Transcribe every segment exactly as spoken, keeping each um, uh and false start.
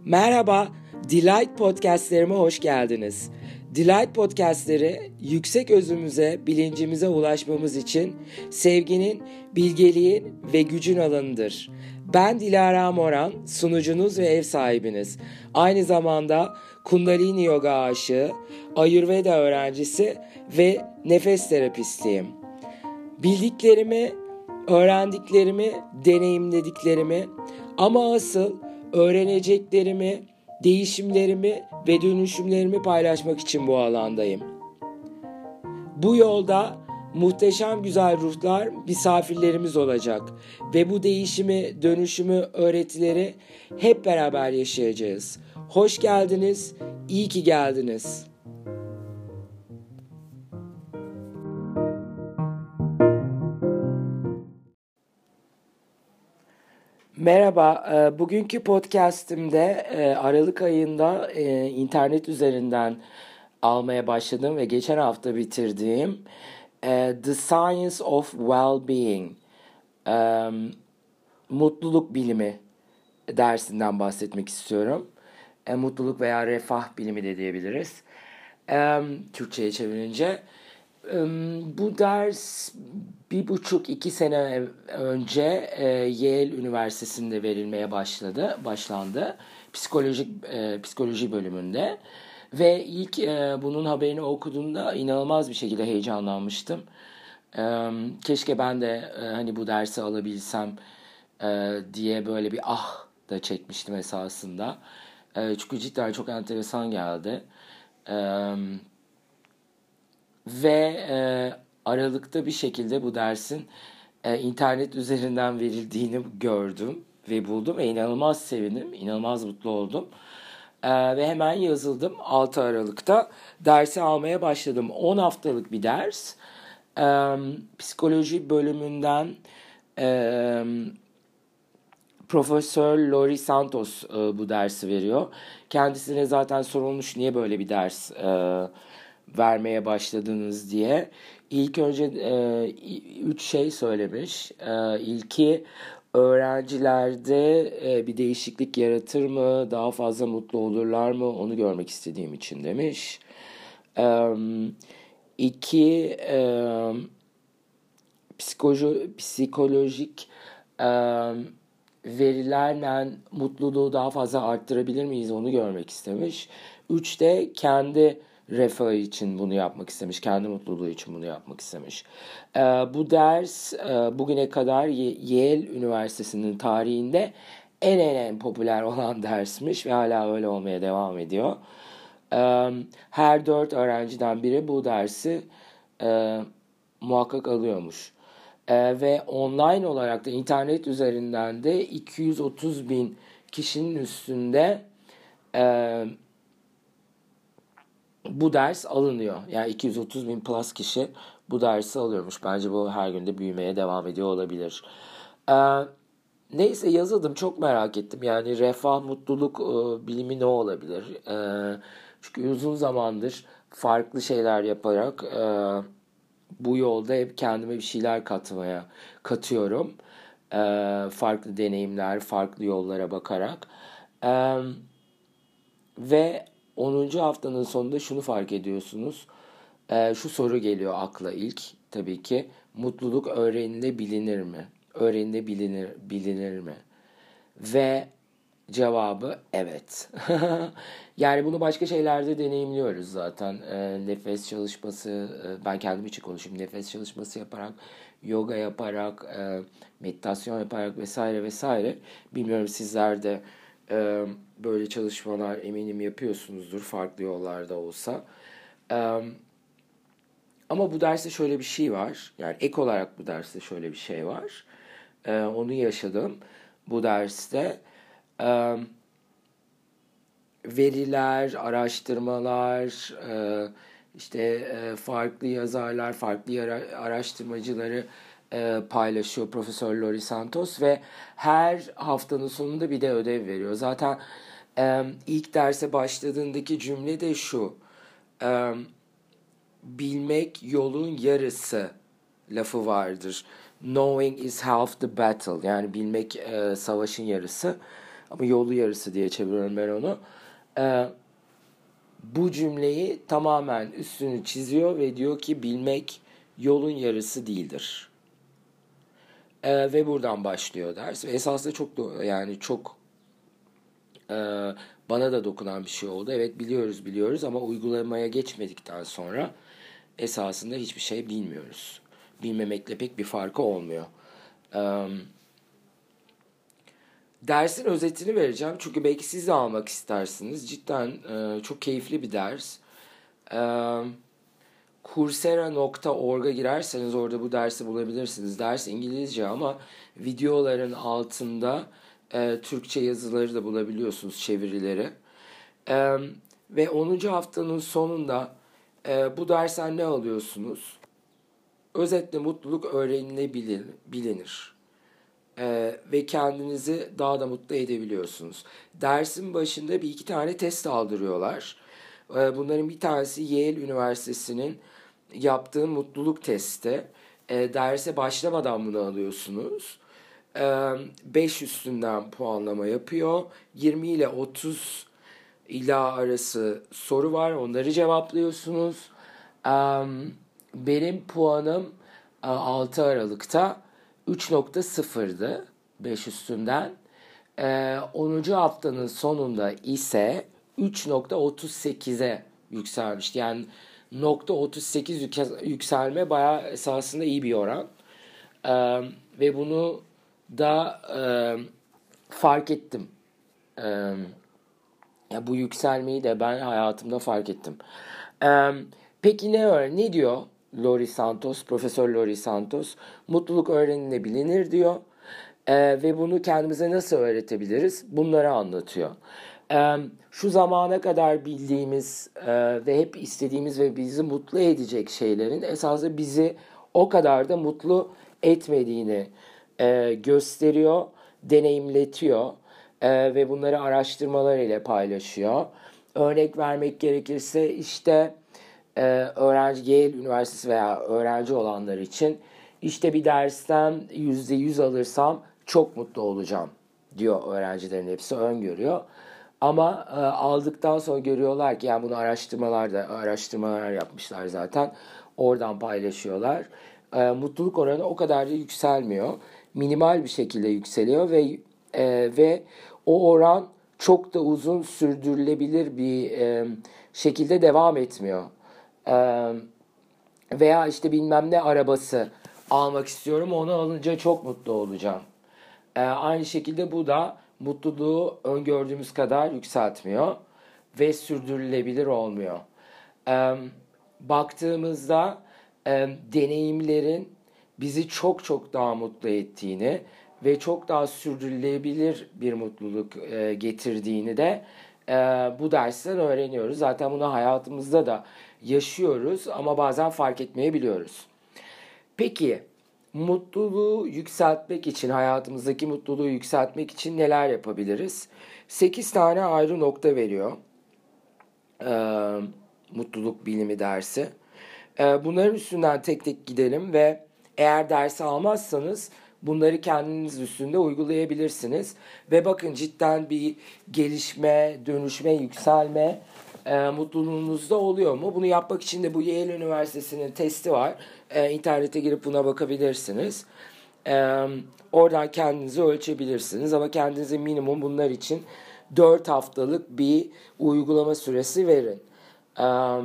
Merhaba, Delight Podcast'lerime hoş geldiniz. Delight Podcast'leri yüksek özümüze, bilincimize ulaşmamız için sevginin, bilgeliğin ve gücün alanıdır. Ben Dilara Moran, sunucunuz ve ev sahibiniz. Aynı zamanda Kundalini Yoga aşığı, Ayurveda öğrencisi ve nefes terapistiyim. Bildiklerimi, öğrendiklerimi, deneyimlediklerimi ama asıl öğreneceklerimi, değişimlerimi ve dönüşümlerimi paylaşmak için bu alandayım. Bu yolda muhteşem güzel ruhlar misafirlerimiz olacak ve bu değişimi, dönüşümü, öğretileri hep beraber yaşayacağız. Hoş geldiniz, iyi ki geldiniz. Merhaba, bugünkü podcast'imde Aralık ayında internet üzerinden almaya başladığım ve geçen hafta bitirdiğim The Science of Well-Being, mutluluk bilimi dersinden bahsetmek istiyorum. Mutluluk veya refah bilimi de diyebiliriz. Türkçe'ye çevirince. Bu ders bir buçuk iki sene önce Yale Üniversitesi'nde verilmeye başladı, başlandı. Psikolojik e, psikoloji bölümünde ve ilk e, bunun haberini okuduğumda inanılmaz bir şekilde heyecanlanmıştım. E, keşke ben de e, hani bu dersi alabilsem e, diye böyle bir ah da çekmiştim esasında. E, çünkü cidden çok enteresan geldi. Evet. Ve e, Aralık'ta bir şekilde bu dersin e, internet üzerinden verildiğini gördüm ve buldum ve inanılmaz sevindim, inanılmaz mutlu oldum. E, ve hemen yazıldım. altı Aralık'ta dersi almaya başladım. on haftalık bir ders. E, psikoloji bölümünden e, Profesör Lori Santos e, bu dersi veriyor. Kendisine zaten sorulmuş niye böyle bir ders e, vermeye başladınız diye. İlk önce e, üç şey söylemiş. E, ilki öğrencilerde e, bir değişiklik yaratır mı? Daha fazla mutlu olurlar mı? Onu görmek istediğim için demiş. E, iki e, psikoloji, psikolojik e, verilerle mutluluğu daha fazla arttırabilir miyiz? Onu görmek istemiş. Üç de kendi refahı için bunu yapmak istemiş. Kendi mutluluğu için bunu yapmak istemiş. Ee, bu ders e, bugüne kadar Yale Üniversitesi'nin tarihinde en en en popüler olan dersmiş ve hala öyle olmaya devam ediyor. Ee, her dört öğrenciden biri bu dersi e, muhakkak alıyormuş. Ee, ve online olarak da internet üzerinden de iki yüz otuz bin kişinin üstünde e, bu ders alınıyor. Yani iki yüz otuz bin plus kişi bu dersi alıyormuş. Bence bu her gün de büyümeye devam ediyor olabilir. Ee, neyse yazıldım. Çok merak ettim. Yani refah, mutluluk e, bilimi ne olabilir? E, çünkü uzun zamandır farklı şeyler yaparak e, bu yolda hep kendime bir şeyler katmaya katıyorum. E, farklı deneyimler, farklı yollara bakarak. E, ve onuncu haftanın sonunda şunu fark ediyorsunuz. Ee, şu soru geliyor akla ilk tabii ki. Mutluluk öğrenilebilir mi? Öğrenilebilir bilinir mi? Ve cevabı evet. Yani bunu başka şeylerde deneyimliyoruz zaten. E, nefes çalışması, e, ben kendim için konuşayım. Nefes çalışması yaparak, yoga yaparak, e, meditasyon yaparak vesaire vesaire. Bilmiyorum sizler de e, böyle çalışmalar eminim yapıyorsunuzdur farklı yollarda olsa. E, ama bu derste şöyle bir şey var. Yani ek olarak bu derste şöyle bir şey var. E, onu yaşadım bu derste. E, veriler, araştırmalar, e, işte e, farklı yazarlar, farklı araştırmacıları e, paylaşıyor Profesör Lori Santos ve her haftanın sonunda bir de ödev veriyor. Zaten e, ilk derse başladığındaki cümle de şu: e, bilmek yolun yarısı lafı vardır. Knowing is half the battle. Yani bilmek e, savaşın yarısı. Ama yolu yarısı diye çeviriyorum ben onu. Ee, bu cümleyi tamamen üstünü çiziyor ve diyor ki bilmek yolun yarısı değildir. Ee, ve buradan başlıyor ders. Ve esasında çok do- yani çok e, bana da dokunan bir şey oldu. Evet, biliyoruz biliyoruz ama uygulamaya geçmedikten sonra esasında hiçbir şey bilmiyoruz. Bilmemekle pek bir farkı olmuyor. Ee, dersin özetini vereceğim çünkü belki siz de almak istersiniz. Cidden e, çok keyifli bir ders. Ee, coursera nokta org'a girerseniz orada bu dersi bulabilirsiniz. Ders İngilizce ama videoların altında e, Türkçe yazıları da bulabiliyorsunuz, çevirileri. E, ve onuncu haftanın sonunda e, bu dersten ne alıyorsunuz? Özetle mutluluk öğrenilebilir, bilinir. E, ve kendinizi daha da mutlu edebiliyorsunuz. Dersin başında bir iki tane test aldırıyorlar. E, bunların bir tanesi Yale Üniversitesi'nin yaptığı mutluluk testi. E, derse başlamadan bunu alıyorsunuz. E, beş üstünden puanlama yapıyor. yirmi ile otuz ila arası soru var. Onları cevaplıyorsunuz. E, benim puanım e, altı Aralık'ta üç nokta sıfırdı beş üstünden. E, onuncu haftanın sonunda ise üç nokta otuz sekize yükselmişti. Yani nokta otuz sekiz yükselme bayağı esasında iyi bir oran. Ee, ve bunu da e, fark ettim. Ee, ya bu yükselmeyi de ben hayatımda fark ettim. Ee, peki ne öğren? Ne diyor Laurie Santos, Profesör Laurie Santos? Mutluluk öğrenilebilir diyor. Ee, ve bunu kendimize nasıl öğretebiliriz? Bunları anlatıyor. Ee, şu zamana kadar bildiğimiz e, ve hep istediğimiz ve bizi mutlu edecek şeylerin esasında bizi o kadar da mutlu etmediğini e, gösteriyor, deneyimletiyor e, ve bunları araştırmalar ile paylaşıyor. Örnek vermek gerekirse işte e, öğrenci Yale Üniversitesi veya öğrenci olanlar için işte bir dersten yüzde yüz alırsam çok mutlu olacağım diyor, öğrencilerin hepsi öngörüyor. Ama e, aldıktan sonra görüyorlar ki yani bunu araştırmalarda araştırmalar yapmışlar zaten. Oradan paylaşıyorlar. E, mutluluk oranı o kadar da yükselmiyor. Minimal bir şekilde yükseliyor ve e, ve o oran çok da uzun sürdürülebilir bir e, şekilde devam etmiyor. E, veya işte bilmem ne arabası almak istiyorum, onu alınca çok mutlu olacağım. E, aynı şekilde bu da mutluluğu öngördüğümüz kadar yükseltmiyor ve sürdürülebilir olmuyor. E, baktığımızda e, deneyimlerin bizi çok çok daha mutlu ettiğini ve çok daha sürdürülebilir bir mutluluk e, getirdiğini de e, bu dersten öğreniyoruz. Zaten bunu hayatımızda da yaşıyoruz ama bazen fark etmeyebiliyoruz. Peki mutluluğu yükseltmek için, hayatımızdaki mutluluğu yükseltmek için neler yapabiliriz? sekiz tane ayrı nokta veriyor ee, mutluluk bilimi dersi. Ee, bunların üstünden tek tek gidelim ve eğer dersi almazsanız bunları kendiniz üstünde uygulayabilirsiniz. Ve bakın, cidden bir gelişme, dönüşme, yükselme e, mutluluğunuzda oluyor mu? Bunu yapmak için de bu Yale Üniversitesi'nin testi var. E, internete girip buna bakabilirsiniz. E, oradan kendinizi ölçebilirsiniz. Ama kendinize minimum bunlar için dört haftalık bir uygulama süresi verin. E,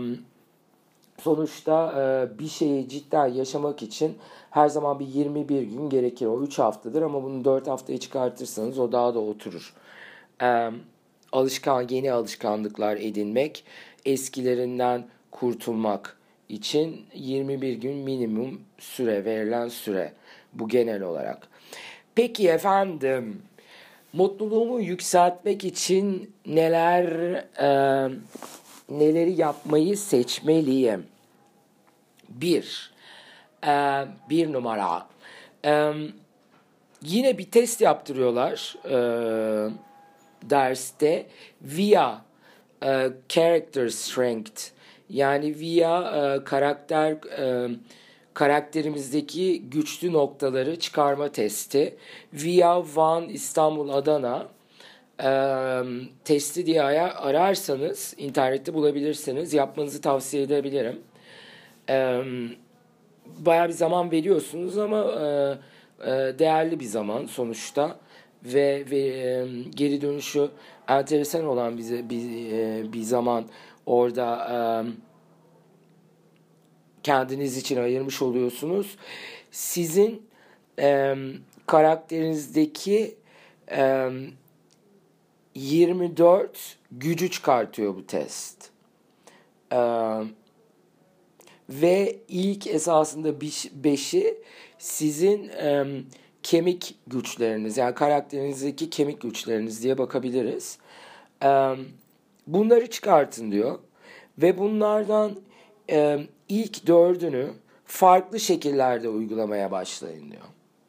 sonuçta e, bir şeyi cidden yaşamak için her zaman bir yirmi bir gün gerekir. O üç haftadır ama bunu dört haftaya çıkartırsanız o daha da oturur. E, alışkan, yeni alışkanlıklar edinmek, eskilerinden kurtulmak için yirmi bir gün minimum süre, verilen süre. Bu genel olarak. Peki efendim, mutluluğumu yükseltmek için neler e, neleri yapmayı seçmeliyim? Bir, e, bir numara. E, yine bir test yaptırıyorlar e, derste via e, character strength, yani via e, karakter e, karakterimizdeki güçlü noktaları çıkarma testi. Via Van İstanbul Adana e, testi diye ararsanız internette bulabilirsiniz. Yapmanızı tavsiye edebilirim. E, bayağı bir zaman veriyorsunuz ama e, e, değerli bir zaman sonuçta ve, ve e, geri dönüşü enteresan olan bize bir, e, bir zaman orada e, kendiniz için ayırmış oluyorsunuz. Sizin e, karakterinizdeki e, yirmi dört gücü çıkartıyor bu test. E, ve ilk esasında beşi sizin e, kemik güçleriniz, yani karakterinizdeki kemik güçleriniz diye bakabiliriz. E, bunları çıkartın diyor ve bunlardan e, ilk dördünü farklı şekillerde uygulamaya başlayın diyor.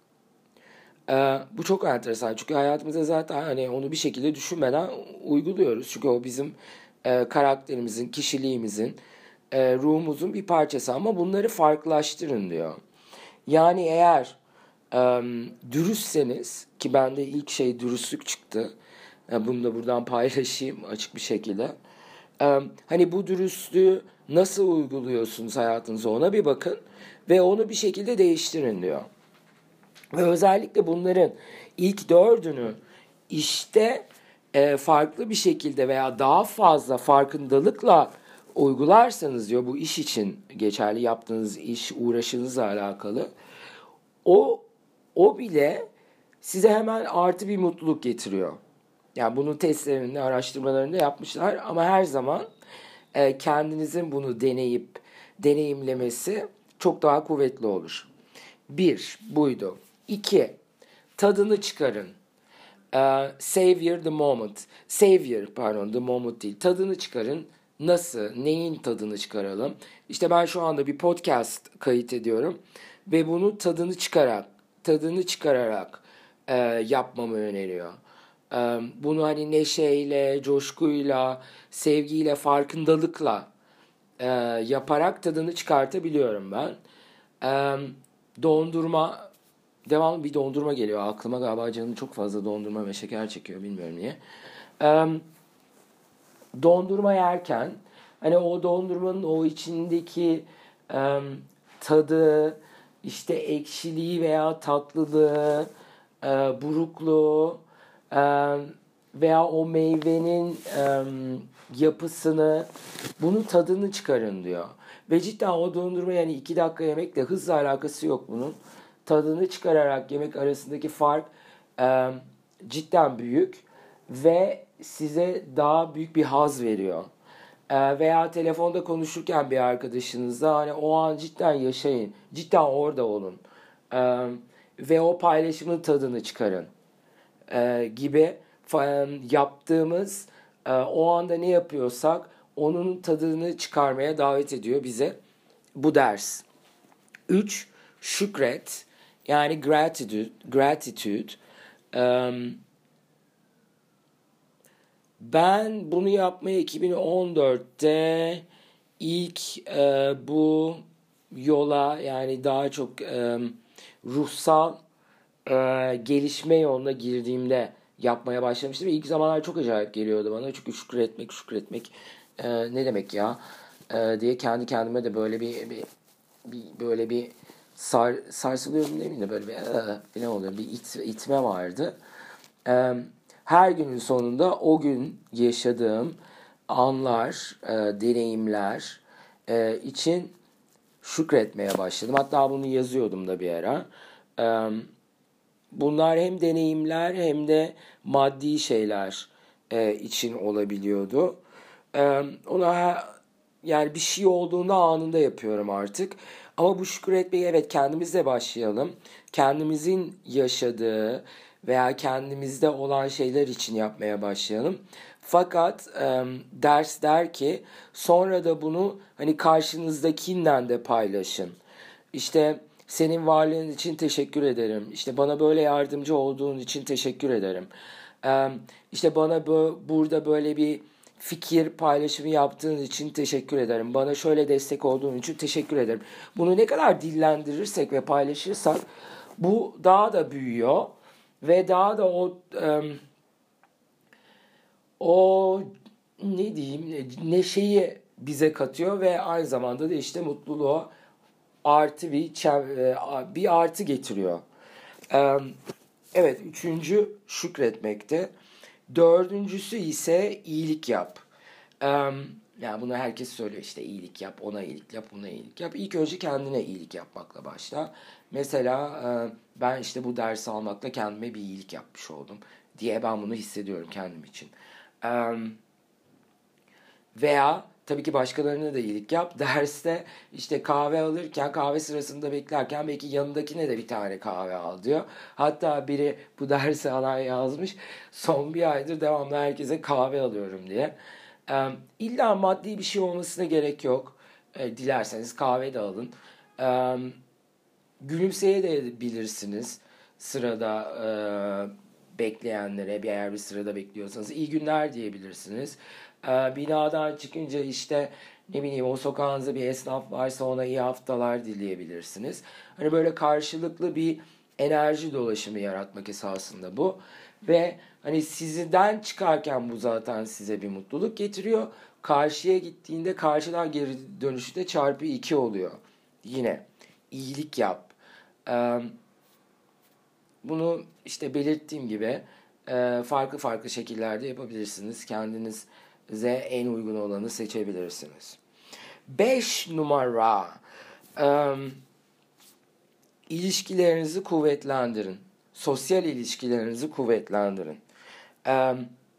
Ee, bu çok enteresan çünkü hayatımızda zaten hani onu bir şekilde düşünmeden uyguluyoruz. Çünkü o bizim e, karakterimizin, kişiliğimizin, e, ruhumuzun bir parçası ama bunları farklılaştırın diyor. Yani eğer e, dürüstseniz, ki bende ilk şey dürüstlük çıktı. E, bunu da buradan paylaşayım açık bir şekilde. E, hani bu dürüstlüğü nasıl uyguluyorsunuz hayatınıza, ona bir bakın ve onu bir şekilde değiştirin diyor. Ve özellikle bunların ilk dördünü işte e, farklı bir şekilde veya daha fazla farkındalıkla uygularsanız diyor, bu iş için geçerli, yaptığınız iş, uğraşınızla alakalı, o o bile size hemen artı bir mutluluk getiriyor. Yani bunun testlerini, araştırmalarını da yapmışlar ama her zaman e, kendinizin bunu deneyip deneyimlemesi çok daha kuvvetli olur. Bir, buydu. İki, tadını çıkarın. Uh, savor the moment. Savor, pardon, the moment değil. Tadını çıkarın. Nasıl? Neyin tadını çıkaralım? İşte ben şu anda bir podcast kayıt ediyorum ve bunu tadını çıkarak, tadını çıkararak e, yapmamı öneriyor. E, bunu hani neşeyle, coşkuyla, sevgiyle, farkındalıkla e, yaparak tadını çıkartabiliyorum ben. E, dondurma, devamlı bir dondurma geliyor aklıma, galiba canım çok fazla dondurma ve şeker çekiyor, bilmiyorum niye. E, dondurma yerken hani o dondurmanın o içindeki e, tadı, işte ekşiliği veya tatlılığı, e, burukluğu e, veya o meyvenin e, yapısını, bunun tadını çıkarın diyor. Ve cidden o dondurma, yani iki dakika yemekle hızla alakası yok bunun. Tadını çıkararak yemek arasındaki fark e, cidden büyük ve size daha büyük bir haz veriyor. E, veya telefonda konuşurken bir arkadaşınızla hani o an cidden yaşayın, cidden orada olun e, ve o paylaşımın tadını çıkarın e, gibi e, yaptığımız e, o anda ne yapıyorsak onun tadını çıkarmaya davet ediyor bize bu ders. Üç, şükret. Yani gratitude, gratitude. Um, ben bunu yapmayı iki bin on dörtte ilk e, bu yola, yani daha çok e, ruhsal e, gelişme yoluna girdiğimde yapmaya başlamıştım. İlk zamanlar çok acayip geliyordu bana. Çünkü şükretmek, şükretmek e, ne demek ya e, diye kendi kendime de böyle bir, bir, bir böyle bir sar, sarsılıyorum değil mi de böyle bir e, ne oluyor, bir it, itme vardı. E, her günün sonunda o gün yaşadığım anlar, e, deneyimler e, için şükretmeye başladım. Hatta bunu yazıyordum da bir ara. E, bunlar hem deneyimler hem de maddi şeyler e, için olabiliyordu. E, ona yani bir şey olduğunda anında yapıyorum artık. Ama bu şükür etmeyi, evet, kendimizle başlayalım. Kendimizin yaşadığı veya kendimizde olan şeyler için yapmaya başlayalım. Fakat e, ders der ki sonra da bunu hani karşınızdakinden de paylaşın. İşte senin varlığın için teşekkür ederim. İşte bana böyle yardımcı olduğun için teşekkür ederim. E, işte bana bö- burada böyle bir fikir paylaşımı yaptığın için teşekkür ederim. Bana şöyle destek olduğun için teşekkür ederim. Bunu ne kadar dillendirirsek ve paylaşırsak bu daha da büyüyor ve daha da o e, o ne diyeyim neşeyi bize katıyor ve aynı zamanda da işte mutluluğu artı bir bir artı getiriyor. Evet, üçüncü şükretmekte. Dördüncüsü ise iyilik yap. Yani bunu herkes söylüyor işte iyilik yap, ona iyilik yap, buna iyilik yap. İlk önce kendine iyilik yapmakla başla. Mesela ben işte bu dersi almakla kendime bir iyilik yapmış oldum diye ben bunu hissediyorum kendim için. Veya tabii ki başkalarına da iyilik yap. Derste işte kahve alırken, kahve sırasında beklerken belki yanındakine de bir tane kahve al diyor. Hatta biri bu dersi alan yazmış. Son bir aydır devamlı herkese kahve alıyorum diye. Ee, illa maddi bir şey olmasına gerek yok. Ee, dilerseniz kahve de alın. Ee, gülümseyebilirsiniz sırada e, bekleyenlere, bir eğer bir sırada bekliyorsanız iyi günler diyebilirsiniz. Ee, binadan çıkınca işte ne bileyim o sokağınızda bir esnaf varsa ona iyi haftalar dileyebilirsiniz. Hani böyle karşılıklı bir enerji dolaşımı yaratmak esasında bu. Ve hani sizden çıkarken bu zaten size bir mutluluk getiriyor. Karşıya gittiğinde karşıdan geri dönüşü de çarpı iki oluyor. Yine iyilik yap. Ee, bunu işte belirttiğim gibi e, farklı farklı şekillerde yapabilirsiniz. Kendinize en uygun olanı seçebilirsiniz. Beş numara. E, ilişkilerinizi kuvvetlendirin. Sosyal ilişkilerinizi kuvvetlendirin. E,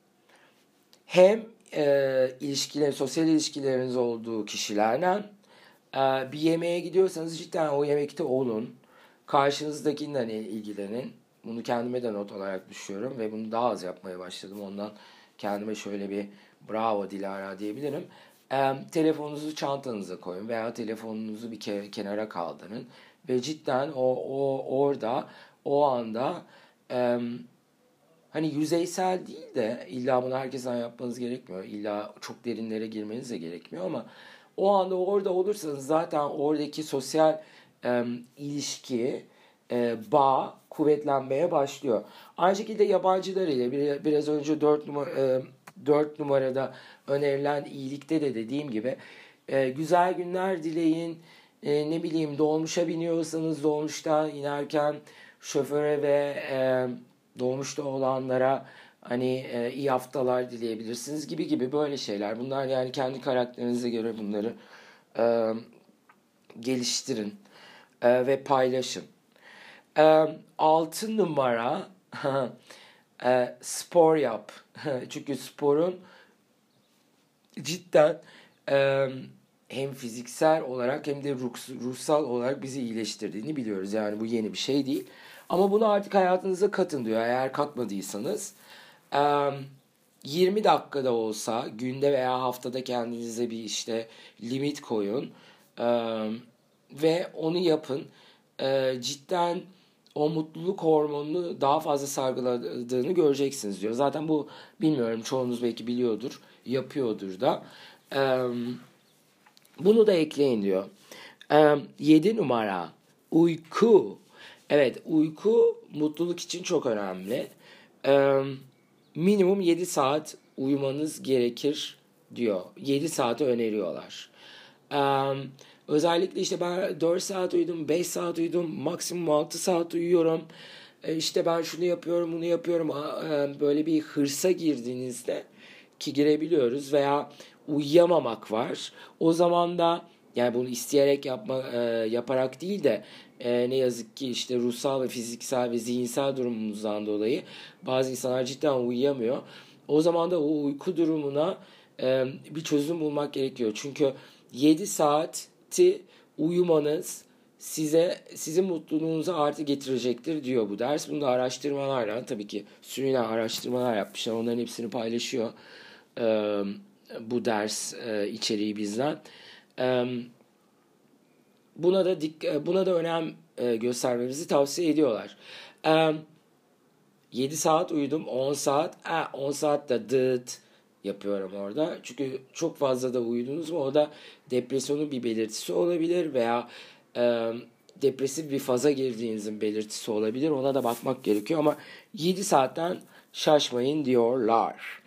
hem e, ilişkiler, sosyal ilişkileriniz olduğu kişilerle e, bir yemeğe gidiyorsanız cidden o yemekte olun. Karşınızdakinden ilgilenin. Bunu kendime de not olarak düşüyorum ve bunu daha az yapmaya başladım. Ondan kendime şöyle bir bravo Dilara diyebilirim. E, telefonunuzu çantanıza koyun veya telefonunuzu bir ke- kenara kaldırın. Ve cidden o, o orada, o anda e, hani yüzeysel değil de illa bunu herkesten yapmanız gerekmiyor. İlla çok derinlere girmeniz de gerekmiyor ama o anda orada olursanız zaten oradaki sosyal e, ilişki, e, bağ kuvvetlenmeye başlıyor. Aynı şekilde yabancılar ile bir, biraz önce dört numara, e, dört numarada önerilen iyilikte de dediğim gibi e, güzel günler dileyin. E, ne bileyim dolmuşa biniyorsanız dolmuştan inerken şoföre ve e, dolmuşta olanlara hani e, iyi haftalar dileyebilirsiniz gibi gibi böyle şeyler. Bunlar yani kendi karakterinize göre bunları e, geliştirin e, ve paylaşın. E, altı numara e, spor yap. Çünkü sporun cidden e, hem fiziksel olarak hem de ruh, ruhsal olarak bizi iyileştirdiğini biliyoruz. Yani bu yeni bir şey değil. Ama bunu artık hayatınıza katın diyor. Eğer katmadıysanız e, yirmi dakikada olsa günde veya haftada kendinize bir işte limit koyun e, ve onu yapın. E, cidden o mutluluk hormonunu daha fazla salgıladığını göreceksiniz diyor. Zaten bu bilmiyorum çoğunuz belki biliyordur, yapıyordur da. E, bunu da ekleyin diyor. E, yedi numara uyku. Evet, uyku mutluluk için çok önemli. E, minimum yedi saat uyumanız gerekir diyor. yedi saati öneriyorlar. Ee, özellikle işte ben dört saat uyudum, beş saat uyudum, maksimum altı saat uyuyorum. Ee, işte ben şunu yapıyorum, bunu yapıyorum. Ee, böyle bir hırsa girdiğinizde ki girebiliyoruz veya uyuyamamak var. O zaman da yani bunu isteyerek yapma, e, yaparak değil de e, ne yazık ki işte ruhsal ve fiziksel ve zihinsel durumumuzdan dolayı bazı insanlar cidden uyuyamıyor. O zaman da o uyku durumuna e, bir çözüm bulmak gerekiyor. Çünkü yedi saati uyumanız size sizin mutluluğunuza artı getirecektir diyor bu ders. Bunu da araştırmalarla tabii ki sürülen araştırmalar yapmışlar. Onların hepsini paylaşıyor e, bu ders e, içeriği bizden. E, buna da dik, buna da önem e, göstermemizi tavsiye ediyorlar. E, yedi saat uyudum, on saat. Ha, on saat de dıt yapıyorum orada. Çünkü çok fazla da uyudunuz mu o da depresyonun bir belirtisi olabilir veya e, depresif bir faza girdiğinizin belirtisi olabilir. Ona da bakmak gerekiyor ama yedi saatten şaşmayın diyorlar.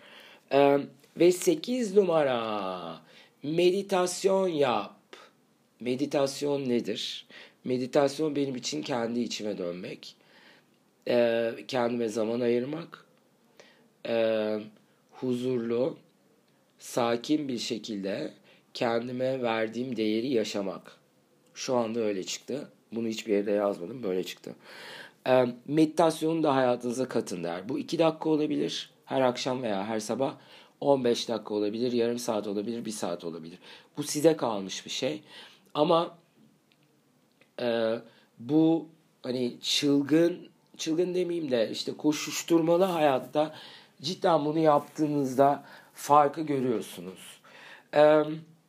Ee, ve sekiz numara meditasyon yap. Meditasyon nedir? Meditasyon benim için kendi içime dönmek. Ee, kendime zaman ayırmak. Ee, huzurlu, sakin bir şekilde kendime verdiğim değeri yaşamak. Şu anda öyle çıktı. Bunu hiçbir yerde yazmadım. Böyle çıktı. Ee, meditasyonu da hayatınıza katın der. Bu iki dakika olabilir. Her akşam veya her sabah. on beş dakika olabilir. Yarım saat olabilir. Bir saat olabilir. Bu size kalmış bir şey. Ama e, bu hani çılgın, çılgın demeyeyim de işte koşuşturmalı hayatta cidden bunu yaptığınızda farkı görüyorsunuz. Ee,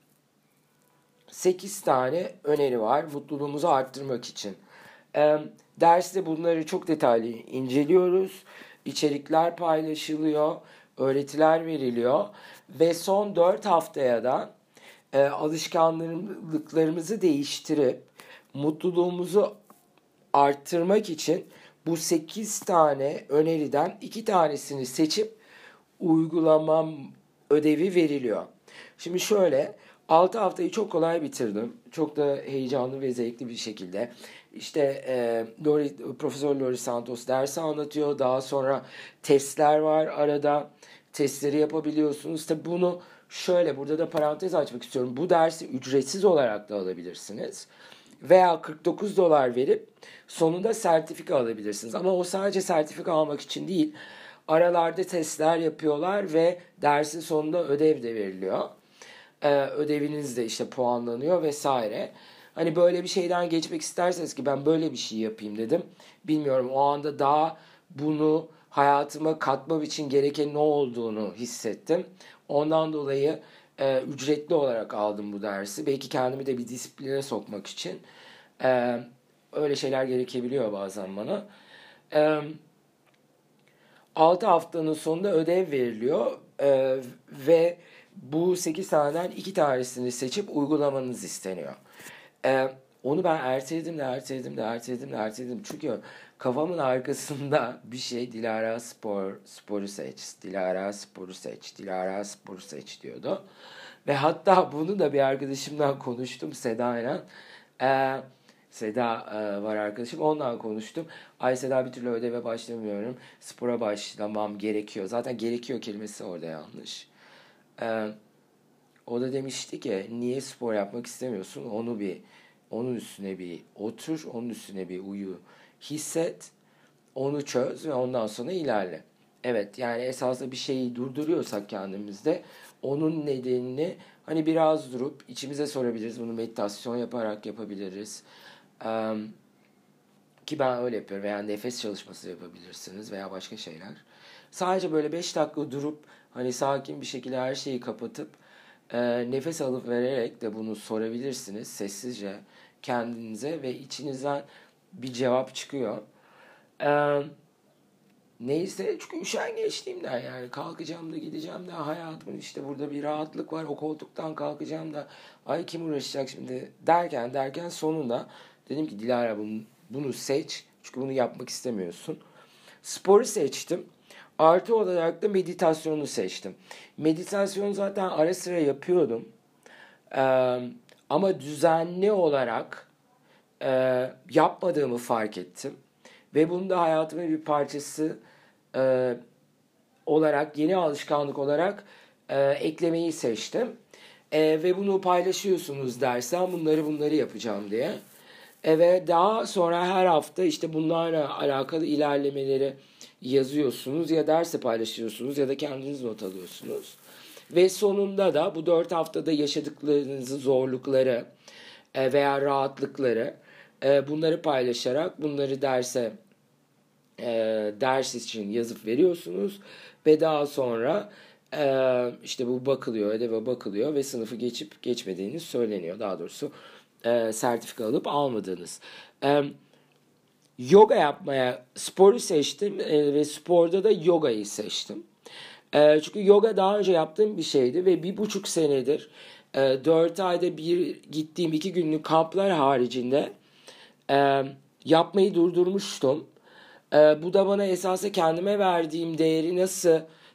sekiz tane öneri var mutluluğumuzu arttırmak için. Ee, derste bunları çok detaylı inceliyoruz. İçerikler paylaşılıyor, öğretiler veriliyor ve son dört haftaya da e, alışkanlıklarımızı değiştirip mutluluğumuzu arttırmak için bu sekiz tane öneriden iki tanesini seçip uygulamam ödevi veriliyor. Şimdi şöyle, altı haftayı çok kolay bitirdim. Çok da heyecanlı ve zevkli bir şekilde. İşte e, Lori, Profesör Lori Santos dersi anlatıyor. Daha sonra testler var arada. Testleri yapabiliyorsunuz. Tabi bunu şöyle, burada da parantez açmak istiyorum. Bu dersi ücretsiz olarak da alabilirsiniz. Veya kırk dokuz dolar verip sonunda sertifika alabilirsiniz. Ama o sadece sertifika almak için değil. Aralarda testler yapıyorlar ve dersin sonunda ödev de veriliyor. Ee, ödeviniz de işte puanlanıyor vesaire. Hani böyle bir şeyden geçmek isterseniz ki ben böyle bir şey yapayım dedim. Bilmiyorum, o anda daha bunu hayatıma katmam için gereken ne olduğunu hissettim. Ondan dolayı e, ücretli olarak aldım bu dersi. Belki kendimi de bir disipline sokmak için. E, öyle şeyler gerekebiliyor bazen bana. Evet. altı haftanın sonunda ödev veriliyor ee, ve bu sekiz taneden iki tanesini seçip uygulamanız isteniyor. Ee, onu ben erteledim de erteledim de erteledim de erteledim. Çünkü kafamın arkasında bir şey Dilara Spor, Spor'u seç, Dilara Spor'u seç, Dilara Spor'u seç diyordu. Ve hatta bunu da bir arkadaşımdan konuştum, Seda'yla. Ee, Seda e, var arkadaşım. Ondan konuştum. Ay Seda, bir türlü ödeve başlamıyorum. Spora başlamam gerekiyor. Zaten gerekiyor kelimesi orada yanlış. Ee, o da demişti ki niye spor yapmak istemiyorsun? Onu bir onun üstüne bir otur. Onun üstüne bir uyu. Hisset. Onu çöz ve ondan sonra ilerle. Evet, yani esasında bir şeyi durduruyorsak kendimizde onun nedenini hani biraz durup içimize sorabiliriz. Bunu meditasyon yaparak yapabiliriz. Ee, ki ben öyle yapıyorum. Veya nefes çalışması yapabilirsiniz veya başka şeyler. Sadece böyle beş dakika durup hani sakin bir şekilde her şeyi kapatıp e, nefes alıp vererek de bunu sorabilirsiniz sessizce kendinize ve içinizden bir cevap çıkıyor. Ee, neyse, çünkü üşengeçliğimden yani kalkacağım da gideceğim de hayatımın işte burada bir rahatlık var, o koltuktan kalkacağım da ay kim uğraşacak şimdi derken derken sonunda dedim ki Dilara bunu, bunu seç çünkü bunu yapmak istemiyorsun. Sporu seçtim. Artı olarak da meditasyonu seçtim. Meditasyonu zaten ara sıra yapıyordum. Ee, ama düzenli olarak e, yapmadığımı fark ettim. Ve bunu da hayatımın bir parçası e, olarak, yeni alışkanlık olarak e, eklemeyi seçtim. E, ve bunu paylaşıyorsunuz dersen bunları bunları yapacağım diye. E, ve daha sonra her hafta işte bunlarla alakalı ilerlemeleri yazıyorsunuz ya derse paylaşıyorsunuz ya da kendiniz not alıyorsunuz. Ve sonunda da bu dört haftada yaşadıklarınızı, zorlukları e, veya rahatlıkları e, bunları paylaşarak bunları derse e, ders için yazıp veriyorsunuz ve daha sonra e, işte bu bakılıyor, ödeve bakılıyor ve sınıfı geçip geçmediğiniz söyleniyor. Daha doğrusu e, sertifika alıp almadığınız. E, yoga yapmaya sporu seçtim e, ve sporda da yogayı seçtim. E, çünkü yoga daha önce yaptığım bir şeydi ve bir buçuk senedir e, dört ayda bir gittiğim iki günlük kamplar haricinde e, yapmayı durdurmuştum. E, bu da bana esasında kendime verdiğim değeri nasıl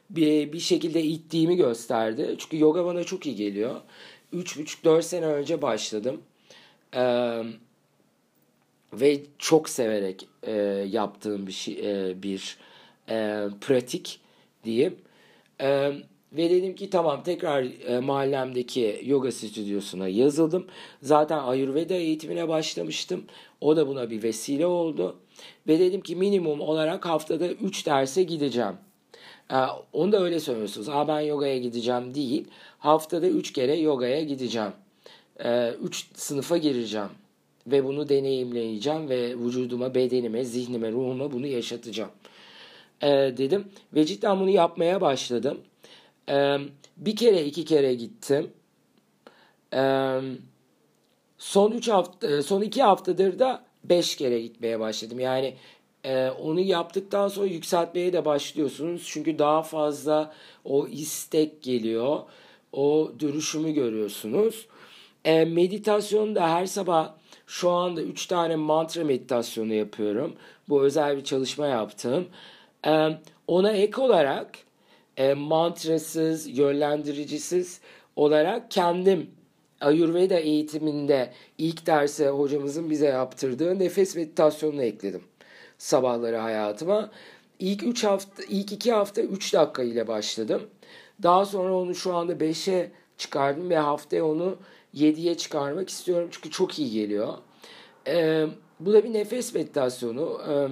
bir, bir şekilde ittiğimi gösterdi. Çünkü yoga bana çok iyi geliyor. üç buçuk dört sene önce başladım. Ee, ve çok severek e, yaptığım bir şey, e, bir e, pratik diyeyim. E, ve dedim ki tamam, tekrar e, mahallemdeki yoga stüdyosuna yazıldım. Zaten Ayurveda eğitimine başlamıştım. O da buna bir vesile oldu. Ve dedim ki minimum olarak haftada üç derse gideceğim. E, onu da öyle söylüyorsunuz. Aa, ben yogaya gideceğim değil. Haftada üç kere yogaya gideceğim. E, üç sınıfa gireceğim. Ve bunu deneyimleyeceğim ve vücuduma, bedenime, zihnime, ruhuma bunu yaşatacağım e, dedim. Ve cidden bunu yapmaya başladım. E, bir kere iki kere gittim. E, son üç hafta, son iki haftadır da beş kere gitmeye başladım. Yani e, onu yaptıktan sonra yükseltmeye de başlıyorsunuz. Çünkü daha fazla o istek geliyor. O dönüşümü görüyorsunuz. E, meditasyon da her sabah şu anda üç tane mantra meditasyonu yapıyorum. Bu özel bir çalışma yaptım. E, ona ek olarak e, mantrasız, yönlendiricisiz olarak kendim Ayurveda eğitiminde ilk derse hocamızın bize yaptırdığı nefes meditasyonunu ekledim sabahları hayatıma. İlk üç hafta, ilk iki hafta üç dakika ile başladım. Daha sonra onu şu anda beşe çıkardım ve haftaya onu yediye çıkarmak istiyorum çünkü çok iyi geliyor. Ee, bu da bir nefes meditasyonu. Ee,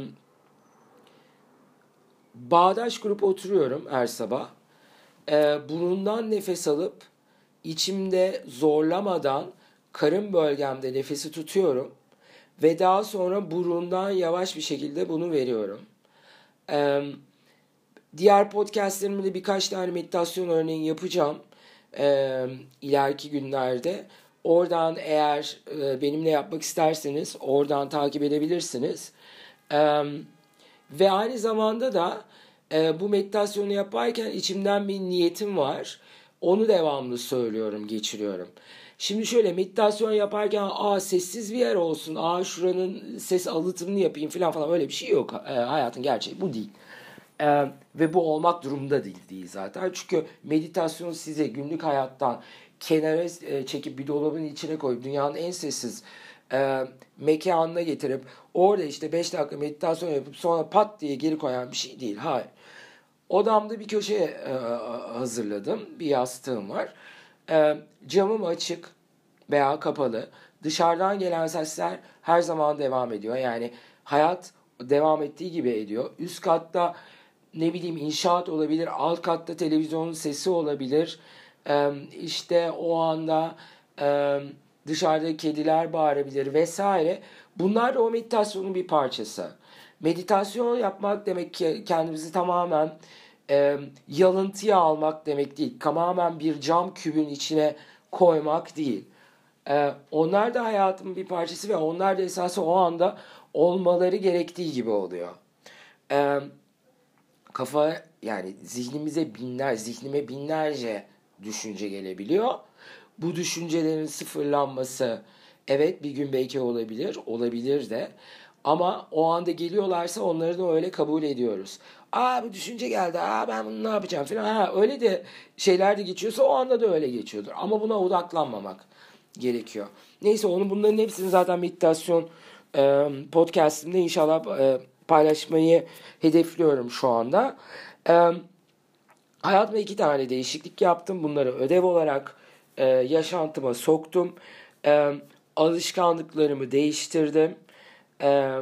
bağdaş kurup oturuyorum her sabah. Ee, burundan nefes alıp içimde zorlamadan karın bölgemde nefesi tutuyorum. Ve daha sonra burundan yavaş bir şekilde bunu veriyorum. Ee, diğer podcastlerimde birkaç tane meditasyon örneği yapacağım. Ee, ileriki günlerde. Oradan eğer e, benimle yapmak isterseniz oradan takip edebilirsiniz. Ee, ve aynı zamanda da e, bu meditasyonu yaparken içimden bir niyetim var. Onu devamlı söylüyorum, geçiriyorum. Şimdi şöyle, meditasyon yaparken aa sessiz bir yer olsun, aa şuranın ses alıtımını yapayım falan falan, öyle bir şey yok. E, hayatın gerçeği bu değil. Ee, ve bu olmak durumunda değil, değil zaten. Çünkü meditasyon size günlük hayattan kenara e, çekip bir dolabın içine koyup dünyanın en sessiz e, mekanına getirip orada işte beş dakika meditasyon yapıp sonra pat diye geri koyan bir şey değil. Hayır. Odamda bir köşe e, hazırladım. Bir yastığım var. E, camım açık veya kapalı. Dışarıdan gelen sesler her zaman devam ediyor. Yani hayat devam ettiği gibi ediyor. Üst katta ne bileyim inşaat olabilir, alt katta televizyonun sesi olabilir. Ee, işte o anda e, dışarıda kediler bağırabilir vesaire. Bunlar da o meditasyonun bir parçası. Meditasyon yapmak demek ki kendimizi tamamen e, yalıntıya almak demek değil. Tamamen bir cam kübün içine koymak değil. E, onlar da hayatımın bir parçası ve onlar da esası o anda olmaları gerektiği gibi oluyor. E, kafa yani zihnimize binler, zihnime binlerce düşünce gelebiliyor. Bu düşüncelerin sıfırlanması evet bir gün belki olabilir, olabilir de. Ama o anda geliyorlarsa onları da öyle kabul ediyoruz. Aa bu düşünce geldi, aa ben bunu ne yapacağım falan. Ha, öyle de şeyler de geçiyorsa o anda da öyle geçiyordur. Ama buna odaklanmamak gerekiyor. Neyse, onun bunların hepsini zaten meditasyon e, podcastımda inşallah e, paylaşmayı hedefliyorum şu anda. E, hayatımda iki tane değişiklik yaptım. Bunları ödev olarak e, yaşantıma soktum. E, alışkanlıklarımı değiştirdim. E,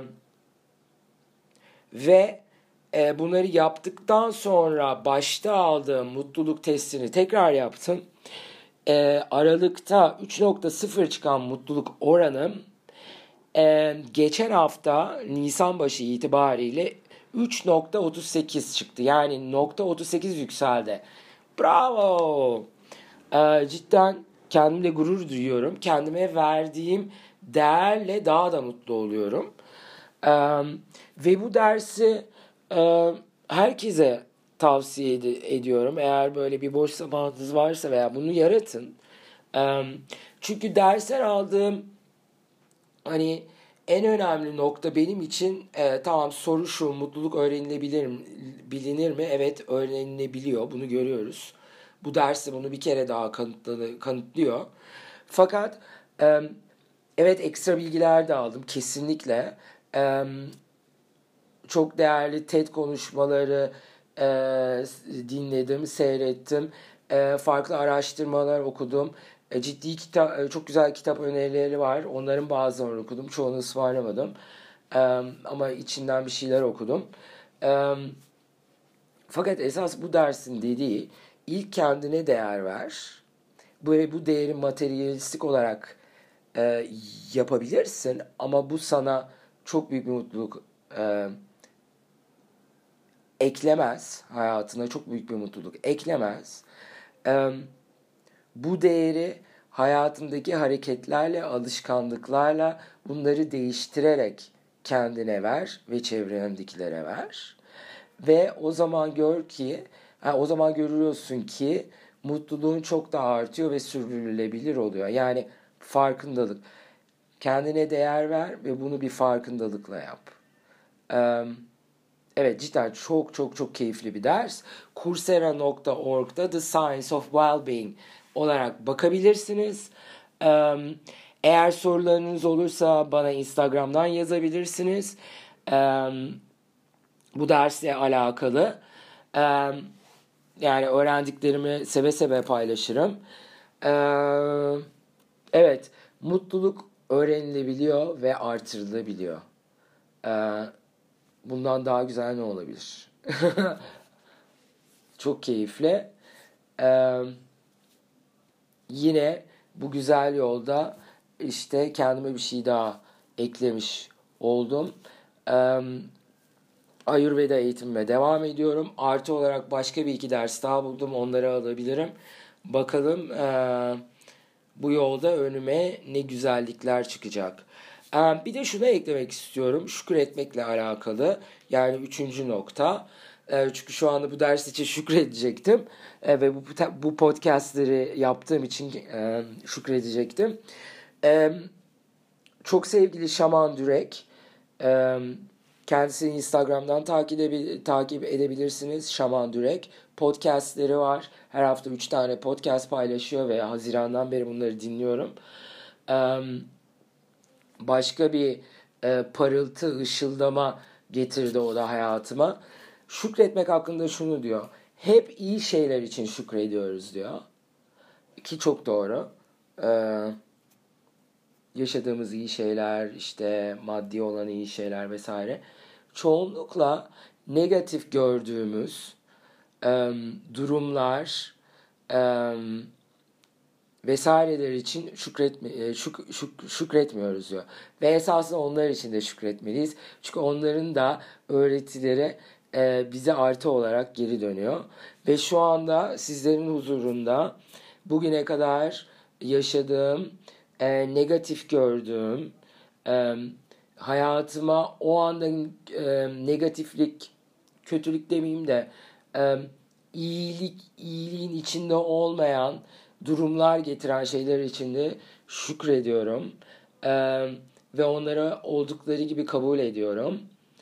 ve e, bunları yaptıktan sonra başta aldığım mutluluk testini tekrar yaptım. E, Aralıkta üç nokta sıfır çıkan mutluluk oranım e, geçen hafta Nisan başı itibariyle üç nokta otuz sekiz çıktı. Yani nokta otuz sekiz yükseldi. Bravo! E, cidden kendimle gurur duyuyorum. Kendime verdiğim değerle daha da mutlu oluyorum. E, ve bu dersi e, herkese tavsiye ed- ediyorum. Eğer böyle bir boş zamanınız varsa veya bunu yaratın. E, çünkü dersler aldığım hani En önemli nokta benim için e, tamam soru şu, mutluluk öğrenilebilir mi, bilinir mi? Evet, öğrenilebiliyor, bunu görüyoruz. Bu ders de bunu bir kere daha kanıtladı, kanıtlıyor. Fakat e, evet ekstra bilgiler de aldım kesinlikle. E, çok değerli TED konuşmaları e, dinledim, seyrettim. E, farklı araştırmalar okudum. E, ciddi kitap, e, çok güzel kitap önerileri var. Onların bazılarını okudum. Çoğunu ısmarlamadım. E, ama içinden bir şeyler okudum. E, fakat esas bu dersin dediği ilk kendine değer ver. Bu, bu değeri materyalistik olarak e, yapabilirsin. Ama bu sana çok büyük bir mutluluk e, eklemez. Hayatına çok büyük bir mutluluk eklemez. E, bu değeri hayatındaki hareketlerle, alışkanlıklarla bunları değiştirerek kendine ver ve çevrendekilere ver. Ve o zaman gör ki, ha, o zaman görüyorsun ki mutluluğun çok daha artıyor ve sürdürülebilir oluyor. Yani farkındalık. Kendine değer ver ve bunu bir farkındalıkla yap. Ee, evet cidden çok çok çok keyifli bir ders. coursera nokta org'da The Science of Wellbeing olarak bakabilirsiniz. Ee, eğer sorularınız olursa bana Instagram'dan yazabilirsiniz. Ee, bu dersle alakalı. Ee, yani öğrendiklerimi seve seve paylaşırım. Ee, evet, mutluluk öğrenilebiliyor ve artırılabiliyor. Ee, bundan daha güzel ne olabilir? Çok keyifli. Ee, yine bu güzel yolda işte kendime bir şey daha eklemiş oldum. Ee, Ayurveda eğitimime devam ediyorum. Artı olarak başka bir iki ders daha buldum. Onları alabilirim. Bakalım ee, bu yolda önüme ne güzellikler çıkacak. Ee, bir de şunu eklemek istiyorum. Şükretmekle alakalı. Yani üçüncü nokta. Ee, çünkü şu anda bu ders için şükredecektim. Ee, ve bu, bu podcastleri yaptığım için e, şükredecektim. Ee, çok sevgili Şaman Dürek. E, kendisini Instagram'dan takip, edebil- takip edebilirsiniz. Şaman Dürek. Podcastleri var. Her hafta üç tane podcast paylaşıyor ve Haziran'dan beri bunları dinliyorum. Ee, başka bir e, parıltı, ışıldama getirdi o da hayatıma. Şükretmek hakkında şunu diyor. Hep iyi şeyler için şükrediyoruz diyor. Ki çok doğru. Ee, yaşadığımız iyi şeyler, işte maddi olan iyi şeyler vesaire. Çoğunlukla negatif gördüğümüz e, durumlar, e, vesaireler için şükretme, şük, şük, şükretmiyoruz diyor. Ve esasında onlar için de şükretmeliyiz. Çünkü onların da öğretileri e, bize artı olarak geri dönüyor. Ve şu anda sizlerin huzurunda bugüne kadar yaşadığım, e, negatif gördüğüm, e, hayatıma o anda e, negatiflik, kötülük demeyeyim de e, iyilik, iyiliğin içinde olmayan durumlar getiren şeyler için de şükrediyorum. Ee, ve onları oldukları gibi kabul ediyorum.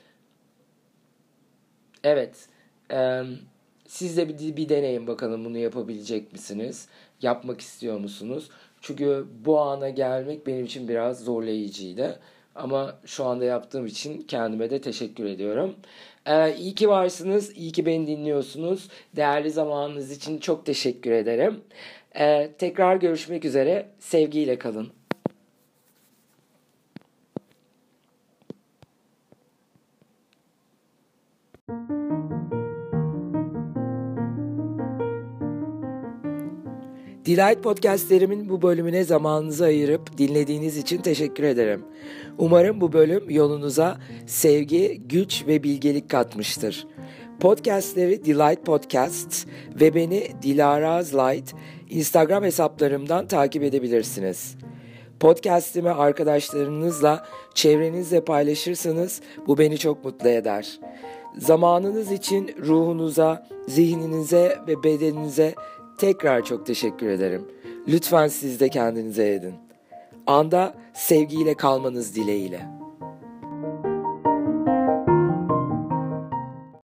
Evet. E, siz de bir, bir deneyin bakalım, bunu yapabilecek misiniz? Yapmak istiyor musunuz? Çünkü bu ana gelmek benim için biraz zorlayıcıydı. Ama şu anda yaptığım için kendime de teşekkür ediyorum. Ee, iyi ki varsınız, iyi ki beni dinliyorsunuz. Değerli zamanınız için çok teşekkür ederim. Ee, tekrar görüşmek üzere, sevgiyle kalın. Delight Podcastlerimin bu bölümüne zamanınızı ayırıp dinlediğiniz için teşekkür ederim. Umarım bu bölüm yolunuza sevgi, güç ve bilgelik katmıştır. Podcastleri Delight Podcasts ve beni Dilaraz Light Instagram hesaplarımdan takip edebilirsiniz. Podcast'imi arkadaşlarınızla, çevrenizle paylaşırsanız bu beni çok mutlu eder. Zamanınız için ruhunuza, zihninize ve bedeninize tekrar çok teşekkür ederim. Lütfen siz de kendinize edin. Anda sevgiyle kalmanız dileğiyle.